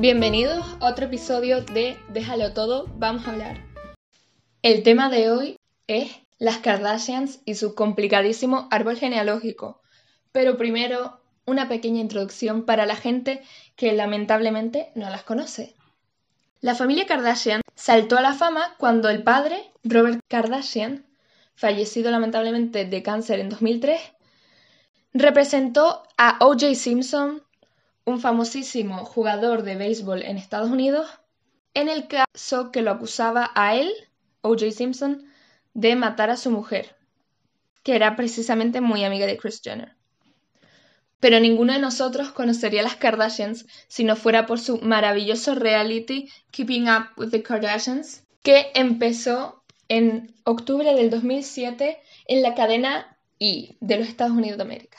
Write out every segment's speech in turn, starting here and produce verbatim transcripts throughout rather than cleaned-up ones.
Bienvenidos a otro episodio de Déjalo Todo, vamos a hablar. El tema de hoy es las Kardashians y su complicadísimo árbol genealógico. Pero primero, una pequeña introducción para la gente que lamentablemente no las conoce. La familia Kardashian saltó a la fama cuando el padre, Robert Kardashian, fallecido lamentablemente de cáncer en dos mil tres, representó a O J Simpson, un famosísimo jugador de béisbol en Estados Unidos, en el caso que lo acusaba a él, O J Simpson, de matar a su mujer, que era precisamente muy amiga de Kris Jenner. Pero ninguno de nosotros conocería a las Kardashians si no fuera por su maravilloso reality Keeping Up with the Kardashians, que empezó en octubre del dos mil siete en la cadena E! De los Estados Unidos de América.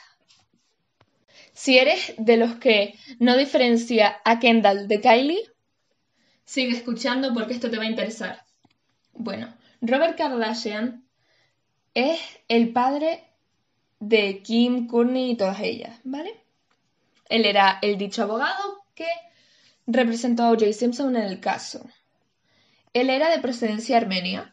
Si eres de los que no diferencia a Kendall de Kylie, sigue escuchando porque esto te va a interesar. Bueno, Robert Kardashian es el padre de Kim, Kourtney y todas ellas, ¿vale? Él era el dicho abogado que representó a O J Simpson en el caso. Él era de procedencia armenia.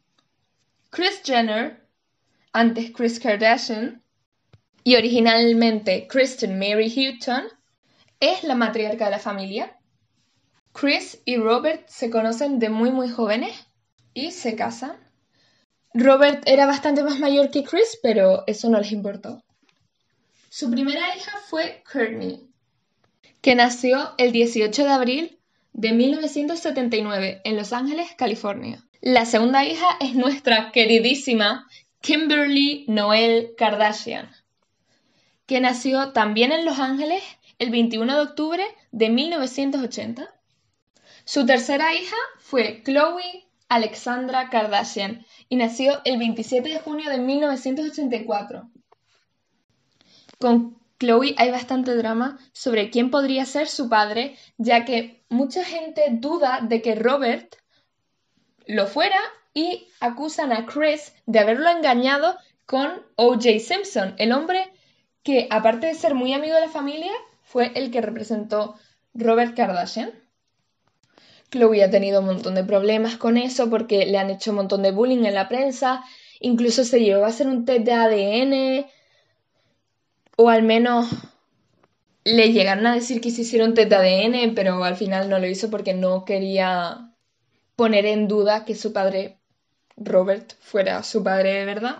Kris Jenner, antes Kris Kardashian, y originalmente Kristen Mary Houghton, es la matriarca de la familia. Kris y Robert se conocen de muy muy jóvenes y se casan. Robert era bastante más mayor que Kris, pero eso no les importó. Su primera hija fue Kourtney, que nació el dieciocho de abril de mil novecientos setenta y nueve en Los Ángeles, California. La segunda hija es nuestra queridísima Kimberly Noel Kardashian, que nació también en Los Ángeles el veintiuno de octubre de mil novecientos ochenta. Su tercera hija fue Khloe Alexandra Kardashian y nació el veintisiete de junio de mil novecientos ochenta y cuatro. Con Khloe hay bastante drama sobre quién podría ser su padre, ya que mucha gente duda de que Robert lo fuera y acusan a Kris de haberlo engañado con O J Simpson, el hombre que, aparte de ser muy amigo de la familia, fue el que representó Robert Kardashian. Khloe ha tenido un montón de problemas con eso porque le han hecho un montón de bullying en la prensa, incluso se llevó a hacer un test de A D N, o al menos le llegaron a decir que se hiciera un test de A D N, pero al final no lo hizo porque no quería poner en duda que su padre, Robert, fuera su padre de verdad.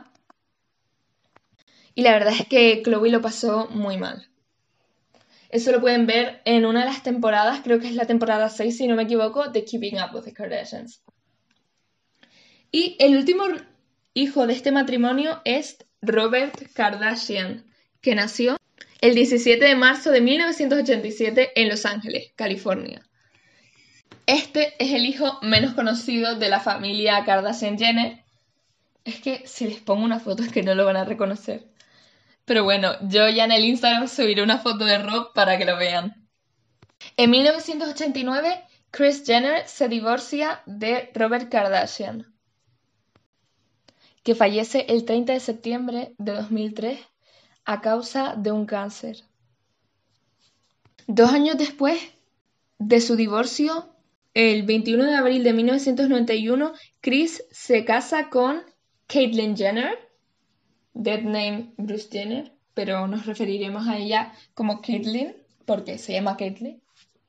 Y la verdad es que Khloe lo pasó muy mal. Eso lo pueden ver en una de las temporadas, creo que es la temporada seis, si no me equivoco, de Keeping Up with the Kardashians. Y el último hijo de este matrimonio es Robert Kardashian, que nació el diecisiete de marzo de mil novecientos ochenta y siete en Los Ángeles, California. Este es el hijo menos conocido de la familia Kardashian-Jenner. Es que si les pongo una foto es que no lo van a reconocer. Pero bueno, yo ya en el Instagram subiré una foto de Rob para que lo vean. En mil novecientos ochenta y nueve, Kris Jenner se divorcia de Robert Kardashian, que fallece el treinta de septiembre de dos mil tres a causa de un cáncer. Dos años después de su divorcio, el veintiuno de abril de mil novecientos noventa y uno, Kris se casa con Caitlyn Jenner, dead name Bruce Jenner, pero nos referiremos a ella como Caitlyn porque se llama Caitlyn.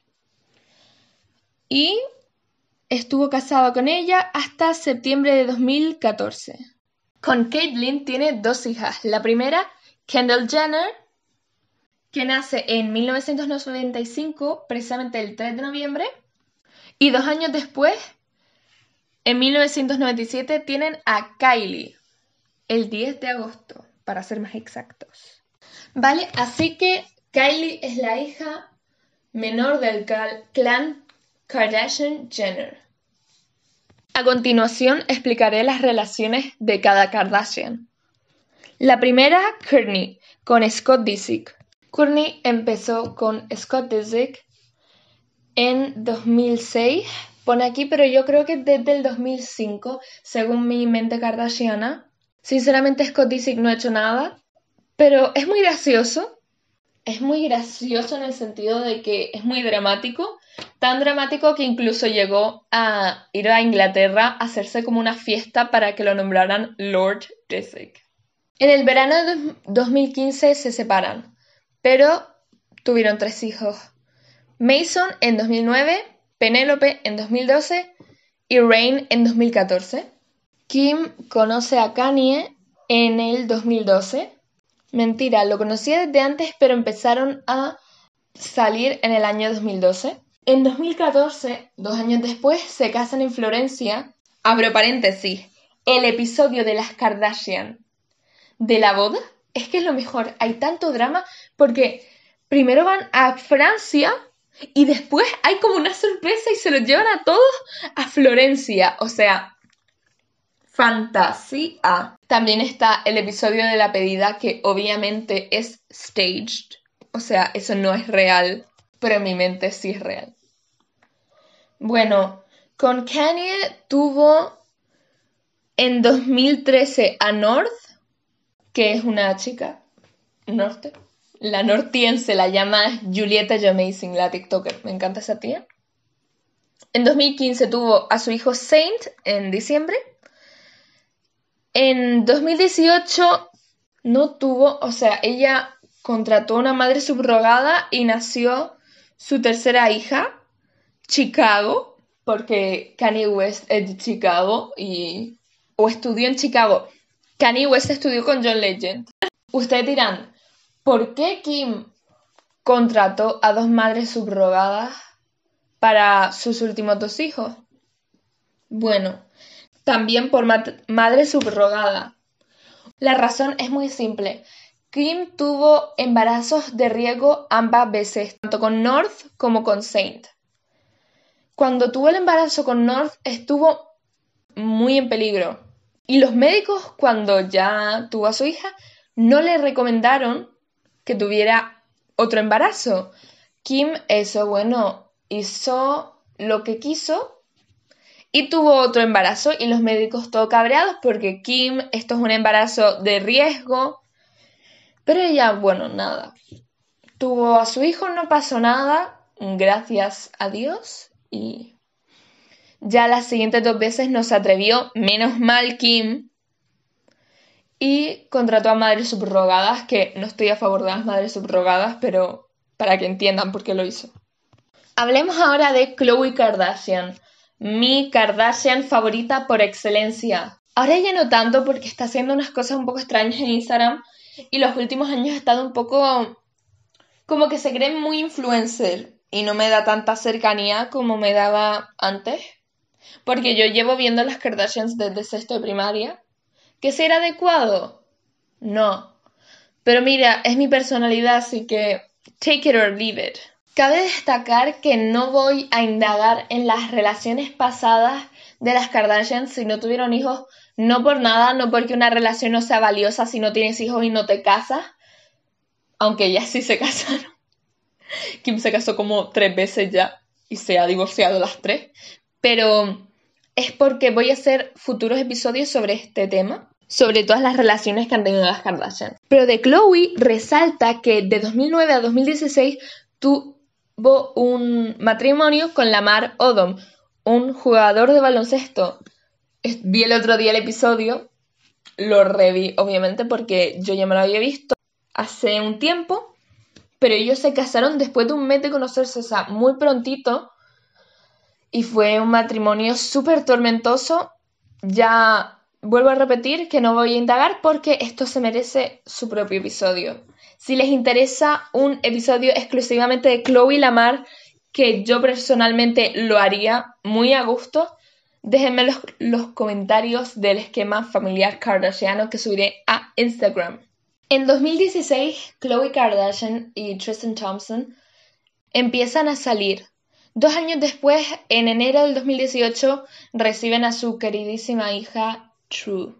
Y estuvo casado con ella hasta septiembre de dos mil catorce. Con Caitlyn tiene dos hijas. La primera, Kendall Jenner, que nace en mil novecientos noventa y cinco, precisamente el tres de noviembre. Y dos años después, en mil novecientos noventa y siete, tienen a Kylie, el diez de agosto, para ser más exactos. Vale, así que Kylie es la hija menor del clan Kardashian-Jenner. A continuación explicaré las relaciones de cada Kardashian. La primera, Kourtney, con Scott Disick. Kourtney empezó con Scott Disick en dos mil seis, pone aquí, pero yo creo que desde el dos mil cinco, según mi mente kardashiana. Sinceramente, Scott Disick no ha hecho nada, pero es muy gracioso. es muy gracioso en el sentido de que es muy dramático, tan dramático que incluso llegó a ir a Inglaterra a hacerse como una fiesta para que lo nombraran Lord Disick. En el verano de dos mil quince se separan, pero tuvieron tres hijos. Mason en dos mil nueve, Penélope en dos mil doce y Rain en dos mil catorce. Kim conoce a Kanye en el dos mil doce. Mentira, lo conocía desde antes, pero empezaron a salir en el año dos mil doce. En dos mil catorce, dos años después, se casan en Florencia. Abro paréntesis, el episodio de las Kardashian de la boda es que es lo mejor. Hay tanto drama porque primero van a Francia y después hay como una sorpresa y se los llevan a todos a Florencia. O sea, fantasía. También está el episodio de la pedida, que obviamente es staged. O sea, eso no es real, pero en mi mente sí es real. Bueno, con Kanye tuvo en dos mil trece a North, que es una chica norte. La nortiense la llama Julieta Jamazing, la TikToker. Me encanta esa tía. En dos mil quince tuvo a su hijo Saint en diciembre. En dos mil dieciocho no tuvo, o sea, ella contrató a una madre subrogada y nació su tercera hija, Chicago, porque Kanye West es de Chicago y o estudió en Chicago. Kanye West estudió con John Legend. Ustedes dirán, ¿por qué Kim contrató a dos madres subrogadas para sus últimos dos hijos? Bueno, también por mat- madre subrogada. La razón es muy simple. Kim tuvo embarazos de riesgo ambas veces, tanto con North como con Saint. Cuando tuvo el embarazo con North estuvo muy en peligro. Y los médicos, cuando ya tuvo a su hija, no le recomendaron que tuviera otro embarazo. Kim, eso, bueno, hizo lo que quiso y tuvo otro embarazo y los médicos todo cabreados porque Kim, esto es un embarazo de riesgo. Pero ella, bueno, nada. Tuvo a su hijo, no pasó nada, gracias a Dios. Y ya las siguientes dos veces no se atrevió, menos mal Kim. Y contrató a madres subrogadas, que no estoy a favor de las madres subrogadas, pero para que entiendan por qué lo hizo. Hablemos ahora de Khloe Kardashian, mi Kardashian favorita por excelencia. Ahora ya no tanto porque está haciendo unas cosas un poco extrañas en Instagram y los últimos años ha estado un poco como que se cree muy influencer y no me da tanta cercanía como me daba antes. Porque yo llevo viendo las Kardashians desde sexto de primaria. ¿Que será adecuado? No. Pero mira, es mi personalidad, así que take it or leave it. Cabe destacar que no voy a indagar en las relaciones pasadas de las Kardashians si no tuvieron hijos, no por nada, no porque una relación no sea valiosa si no tienes hijos y no te casas, aunque ellas sí se casaron. Kim se casó como tres veces ya y se ha divorciado las tres, pero es porque voy a hacer futuros episodios sobre este tema, sobre todas las relaciones que han tenido las Kardashian. Pero de Khloe resalta que de dos mil nueve a dos mil dieciséis tuvo un matrimonio con Lamar Odom, un jugador de baloncesto. Vi el otro día el episodio, lo reví obviamente porque yo ya me lo había visto hace un tiempo, pero ellos se casaron después de un mes de conocerse, o sea, muy prontito, y fue un matrimonio súper tormentoso. Ya vuelvo a repetir que no voy a indagar porque esto se merece su propio episodio. Si les interesa un episodio exclusivamente de Khloe y Lamar, que yo personalmente lo haría muy a gusto, déjenme los, los comentarios del esquema familiar kardashiano que subiré a Instagram. En dos mil dieciséis, Khloe Kardashian y Tristan Thompson empiezan a salir. Dos años después, en enero del dos mil dieciocho, reciben a su queridísima hija True.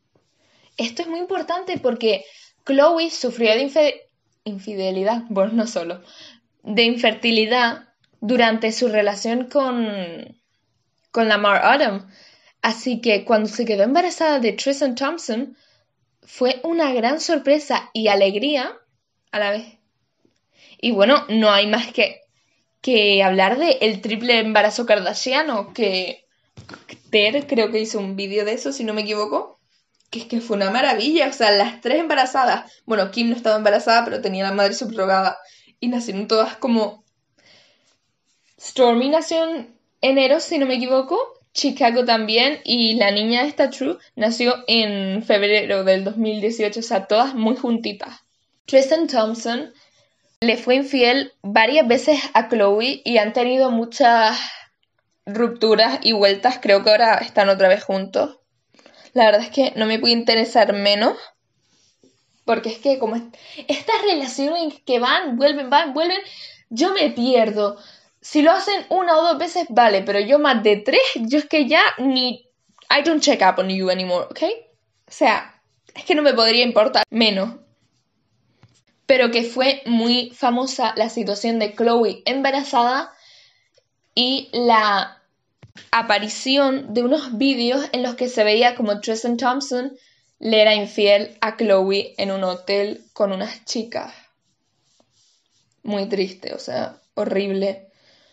Esto es muy importante porque Khloe sufrió de infe- infidelidad, bueno, no solo, de infertilidad durante su relación con, con Lamar Odom. Así que cuando se quedó embarazada de Tristan Thompson, fue una gran sorpresa y alegría a la vez. Y bueno, no hay más que, que hablar de el triple embarazo kardashiano, que Ter creo que hizo un vídeo de eso, si no me equivoco, que es que fue una maravilla, o sea, las tres embarazadas. Bueno, Kim no estaba embarazada, pero tenía la madre subrogada. Y nacieron todas como... Stormy nació en enero, si no me equivoco. Chicago también. Y la niña esta, True, nació en febrero del dos mil dieciocho. O sea, todas muy juntitas. Tristan Thompson le fue infiel varias veces a Khloe y han tenido muchas rupturas y vueltas. Creo que ahora están otra vez juntos. La verdad es que no me puede interesar menos. Porque es que como estas relaciones que van, vuelven, van, vuelven, yo me pierdo. Si lo hacen una o dos veces, vale, pero yo más de tres, yo es que ya ni... I don't check up on you anymore, ¿ok? O sea, es que no me podría importar menos. Pero que fue muy famosa la situación de Khloe embarazada y la aparición de unos vídeos en los que se veía como Tristan Thompson le era infiel a Khloe en un hotel con unas chicas. Muy triste, o sea, horrible.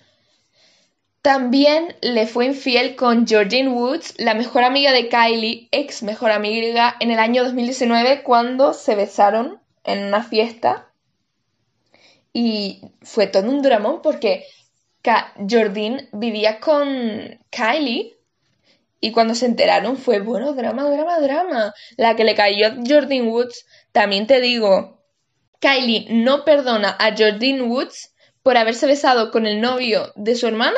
También le fue infiel con Jordyn Woods, la mejor amiga de Kylie, ex mejor amiga, en el año dos mil diecinueve cuando se besaron en una fiesta. Y fue todo un dramón porque Ka- Jordyn vivía con Kylie. Y cuando se enteraron fue, bueno, drama, drama, drama. La que le cayó a Jordyn Woods, también te digo, Kylie no perdona a Jordyn Woods por haberse besado con el novio de su hermana,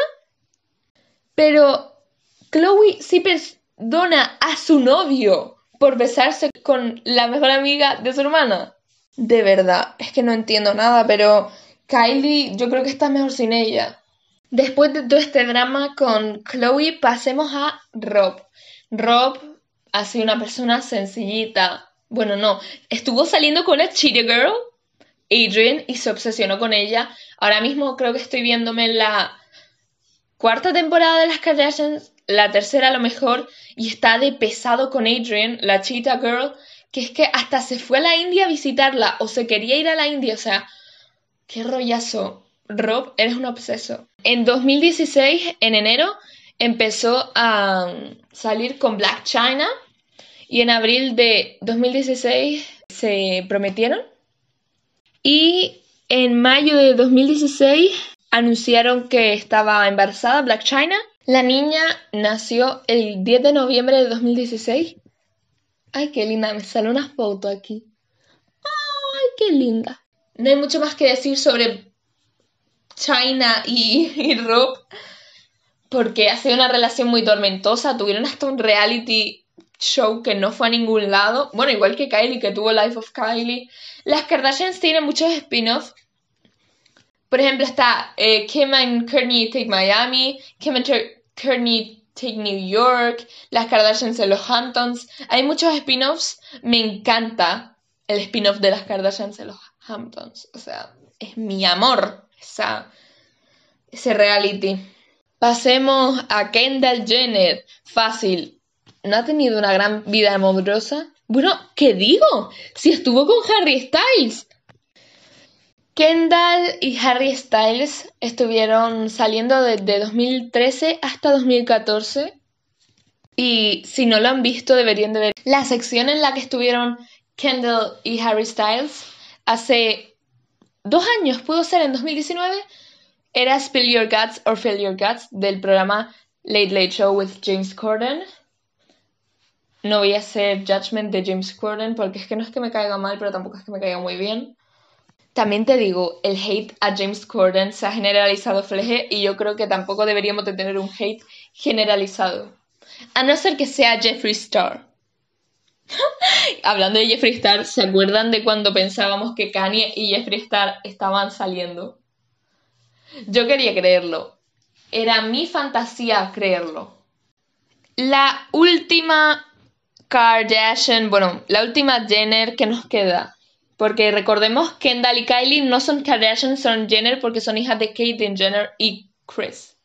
pero Khloe sí perdona a su novio por besarse con la mejor amiga de su hermana. De verdad, es que no entiendo nada, pero Kylie yo creo que está mejor sin ella. Después de todo este drama con Khloe, pasemos a Rob. Rob ha sido una persona sencillita. Bueno, no. Estuvo saliendo con la Cheetah Girl, Adrian, y se obsesionó con ella. Ahora mismo creo que estoy viéndome la cuarta temporada de las Kardashians, la tercera a lo mejor, y está de pesado con Adrian, la Cheetah Girl, que es que hasta se fue a la India a visitarla, o se quería ir a la India, o sea, qué rollazo. Rob, eres un obseso. En dos mil dieciséis, en enero, empezó a salir con Blac Chyna y en abril de dos mil dieciséis se prometieron. Y en mayo de dos mil dieciséis anunciaron que estaba embarazada Blac Chyna. La niña nació el diez de noviembre de dos mil dieciséis. Ay, qué linda, me sale una foto aquí. Ay, qué linda. No hay mucho más que decir sobre Chyna y, y Rob, porque ha sido una relación muy tormentosa. Tuvieron hasta un reality show que no fue a ningún lado. Bueno, igual que Kylie, que tuvo Life of Kylie. Las Kardashians tienen muchos spin-offs. Por ejemplo, está eh, Kim and Kourtney Take Miami, Kim and Kourtney Take New York, Las Kardashians en los Hamptons. Hay muchos spin-offs. Me encanta el spin-off de Las Kardashians en los Hamptons. O sea, es mi amor esa, ese reality. Pasemos a Kendall Jenner. Fácil. ¿No ha tenido una gran vida amorosa? Bueno, ¿qué digo? Si estuvo con Harry Styles. Kendall y Harry Styles estuvieron saliendo desde dos mil trece hasta dos mil catorce. Y si no lo han visto, deberían de ver la sección en la que estuvieron Kendall y Harry Styles hace dos años, pudo ser en dos mil diecinueve. Era Spill Your Guts or Fill Your Guts del programa Late Late Show with James Corden. No voy a hacer judgment de James Corden porque es que no es que me caiga mal, pero tampoco es que me caiga muy bien. También te digo, el hate a James Corden se ha generalizado fleje y yo creo que tampoco deberíamos de tener un hate generalizado. A no ser que sea Jeffree Star. Hablando de Jeffree Star, ¿se acuerdan de cuando pensábamos que Kanye y Jeffree Star estaban saliendo? Yo quería creerlo. Era mi fantasía creerlo. La última Kardashian, bueno, la última Jenner que nos queda. Porque recordemos que Kendall y Kylie no son Kardashian, son Jenner porque son hijas de Caitlyn Jenner y Kris.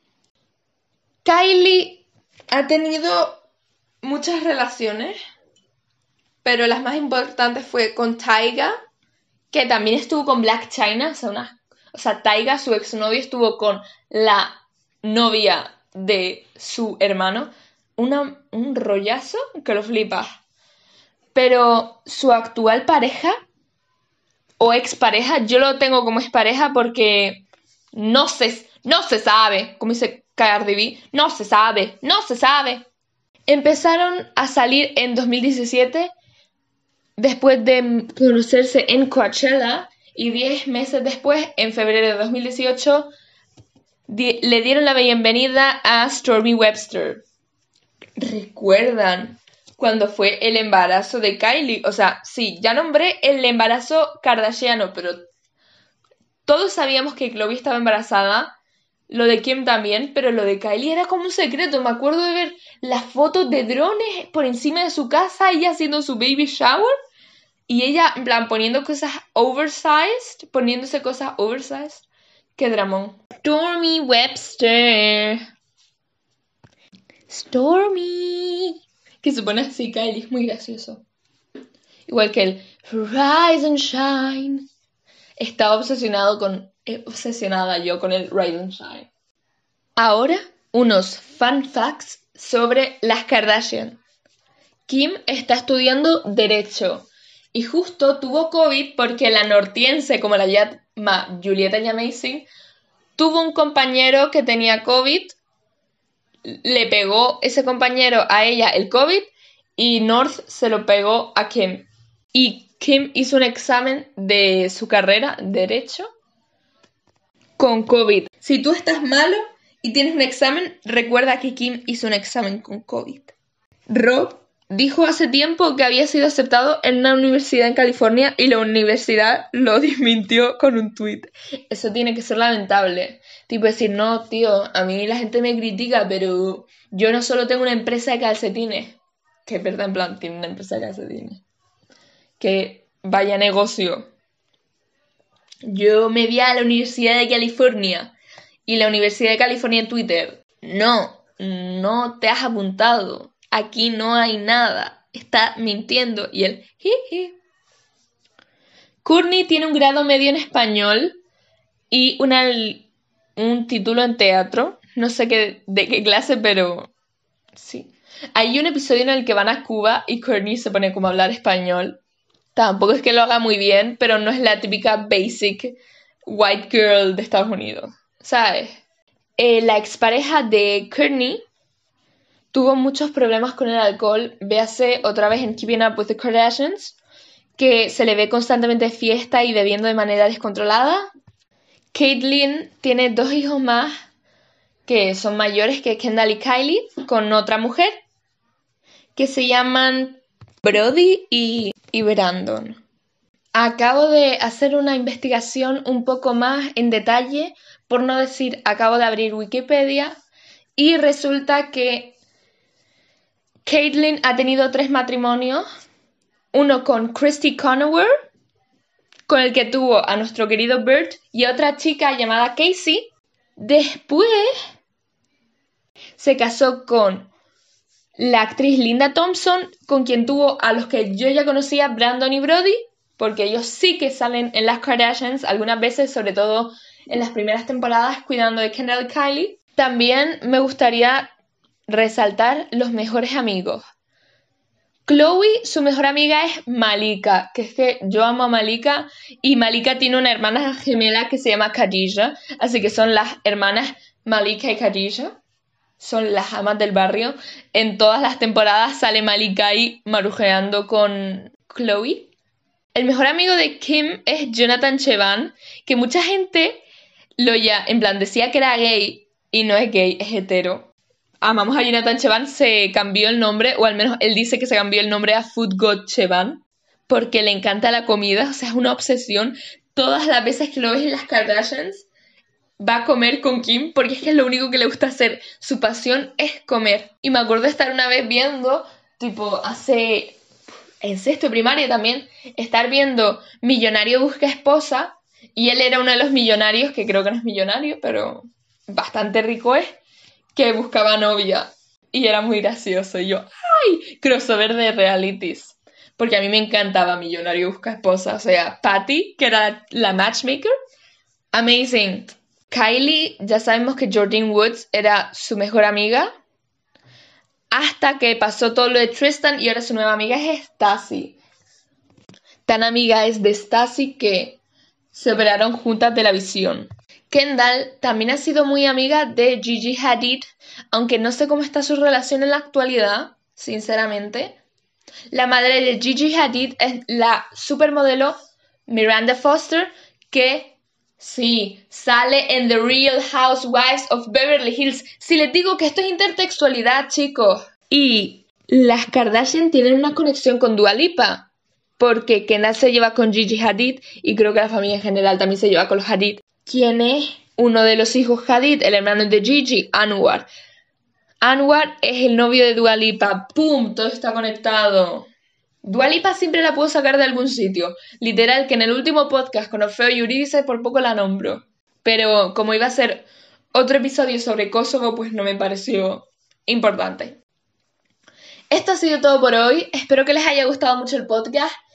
Kylie ha tenido muchas relaciones, pero las más importantes fue con Tyga que también estuvo con Black China, o sea, una, o sea, Taiga, su exnovio, estuvo con la novia de su hermano. Una, un rollazo que lo flipas. Pero su actual pareja o expareja, yo lo tengo como expareja porque no se, no se sabe, como dice Cardi B, no se sabe, no se sabe. Empezaron a salir en dos mil diecisiete después de conocerse en Coachella y diez meses después, en febrero de dos mil dieciocho, di- le dieron la bienvenida a Stormi Webster. ¿Recuerdan cuando fue el embarazo de Kylie? O sea, sí, ya nombré el embarazo kardashiano, pero todos sabíamos que Khloe estaba embarazada, lo de Kim también, pero lo de Kylie era como un secreto. Me acuerdo de ver las fotos de drones por encima de su casa, ella haciendo su baby shower y ella, en plan, poniendo cosas oversized, poniéndose cosas oversized. Qué dramón. Stormi Webster. Stormy. Que se pone así, Kylie, es muy gracioso. Igual que el Rise and Shine. Estaba obsesionado con... eh, obsesionada yo con el Rise and Shine. Ahora, unos fun facts sobre las Kardashian. Kim está estudiando Derecho y justo tuvo COVID porque la nortiense, como la llama Julieta Yamazing, tuvo un compañero que tenía COVID, le pegó ese compañero a ella el COVID y North se lo pegó a Kim. Y Kim hizo un examen de su carrera, Derecho, con COVID. Si tú estás malo y tienes un examen, recuerda que Kim hizo un examen con COVID. Rob dijo hace tiempo que había sido aceptado en una universidad en California y la universidad lo desmintió con un tuit. Eso tiene que ser lamentable. Tipo decir, no, tío, a mí la gente me critica, pero yo no solo tengo una empresa de calcetines. Que es verdad, en plan, tiene una empresa de calcetines. Que vaya negocio. Yo me vi a la Universidad de California y la Universidad de California en Twitter. No, no te has apuntado. Aquí no hay nada. Está mintiendo. Y él, jiji. Courtney tiene un grado medio en español y una, un título en teatro. No sé qué, de qué clase, pero sí. Hay un episodio en el que van a Cuba y Courtney se pone como a hablar español. Tampoco es que lo haga muy bien, pero no es la típica basic white girl de Estados Unidos, ¿sabes? Eh, la expareja de Courtney tuvo muchos problemas con el alcohol. Véase otra vez en Keeping Up with the Kardashians, que se le ve constantemente fiesta y bebiendo de manera descontrolada. Caitlyn tiene dos hijos más que son mayores que Kendall y Kylie, con otra mujer, que se llaman Brody y, y Brandon. Acabo de hacer una investigación un poco más en detalle, por no decir, acabo de abrir Wikipedia, y resulta que Caitlyn ha tenido tres matrimonios, uno con Christy Conover, con el que tuvo a nuestro querido Bert, y otra chica llamada Casey. Después se casó con la actriz Linda Thompson, con quien tuvo a los que yo ya conocía, Brandon y Brody, porque ellos sí que salen en las Kardashians algunas veces, sobre todo en las primeras temporadas, cuidando de Kendall y Kylie. También me gustaría resaltar los mejores amigos. Khloe, su mejor amiga es Malika, que es que yo amo a Malika, y Malika tiene una hermana gemela que se llama Khadijah, así que son las hermanas Malika y Khadijah. Son las amas del barrio. En todas las temporadas sale Malika ahí marujeando con Khloe. El mejor amigo de Kim es Jonathan Cheban, que mucha gente lo ya, en plan, decía que era gay y no es gay, es hetero. Amamos a Jonathan Cheban, se cambió el nombre, o al menos él dice que se cambió el nombre a Food God Cheban, porque le encanta la comida, o sea, es una obsesión. Todas las veces que lo ves en las Kardashians, va a comer con Kim, porque es que es lo único que le gusta hacer. Su pasión es comer. Y me acuerdo de estar una vez viendo, tipo, hace... en sexto de primaria también, estar viendo Millonario busca esposa, y él era uno de los millonarios, que creo que no es millonario, pero bastante rico es, que buscaba novia. Y era muy gracioso. Y yo, ¡ay! Crossover de realities. porque a mí me encantaba Millonario Busca Esposa. O sea, Patty, que era la matchmaker, amazing. Kylie, ya sabemos que Jordyn Woods era su mejor amiga, hasta que pasó todo lo de Tristan y ahora su nueva amiga es Stassi. Tan amiga es de Stassi que se operaron juntas de la visión. Kendall también ha sido muy amiga de Gigi Hadid, aunque no sé cómo está su relación en la actualidad, sinceramente. La madre de Gigi Hadid es la supermodelo Miranda Foster, que sí, sale en The Real Housewives of Beverly Hills. Si les digo que esto es intertextualidad, chicos. Y las Kardashian tienen una conexión con Dua Lipa, porque Kendall se lleva con Gigi Hadid y creo que la familia en general también se lleva con los Hadid. ¿Quién es uno de los hijos Hadid? El hermano de Gigi, Anwar. Anwar es el novio de Dua Lipa. ¡Pum! Todo está conectado. Dua Lipa siempre la puedo sacar de algún sitio. Literal, que en el último podcast con Orfeo y Eurídice por poco la nombro. Pero como iba a ser otro episodio sobre Kosovo, pues no me pareció importante. Esto ha sido todo por hoy. Espero que les haya gustado mucho el podcast.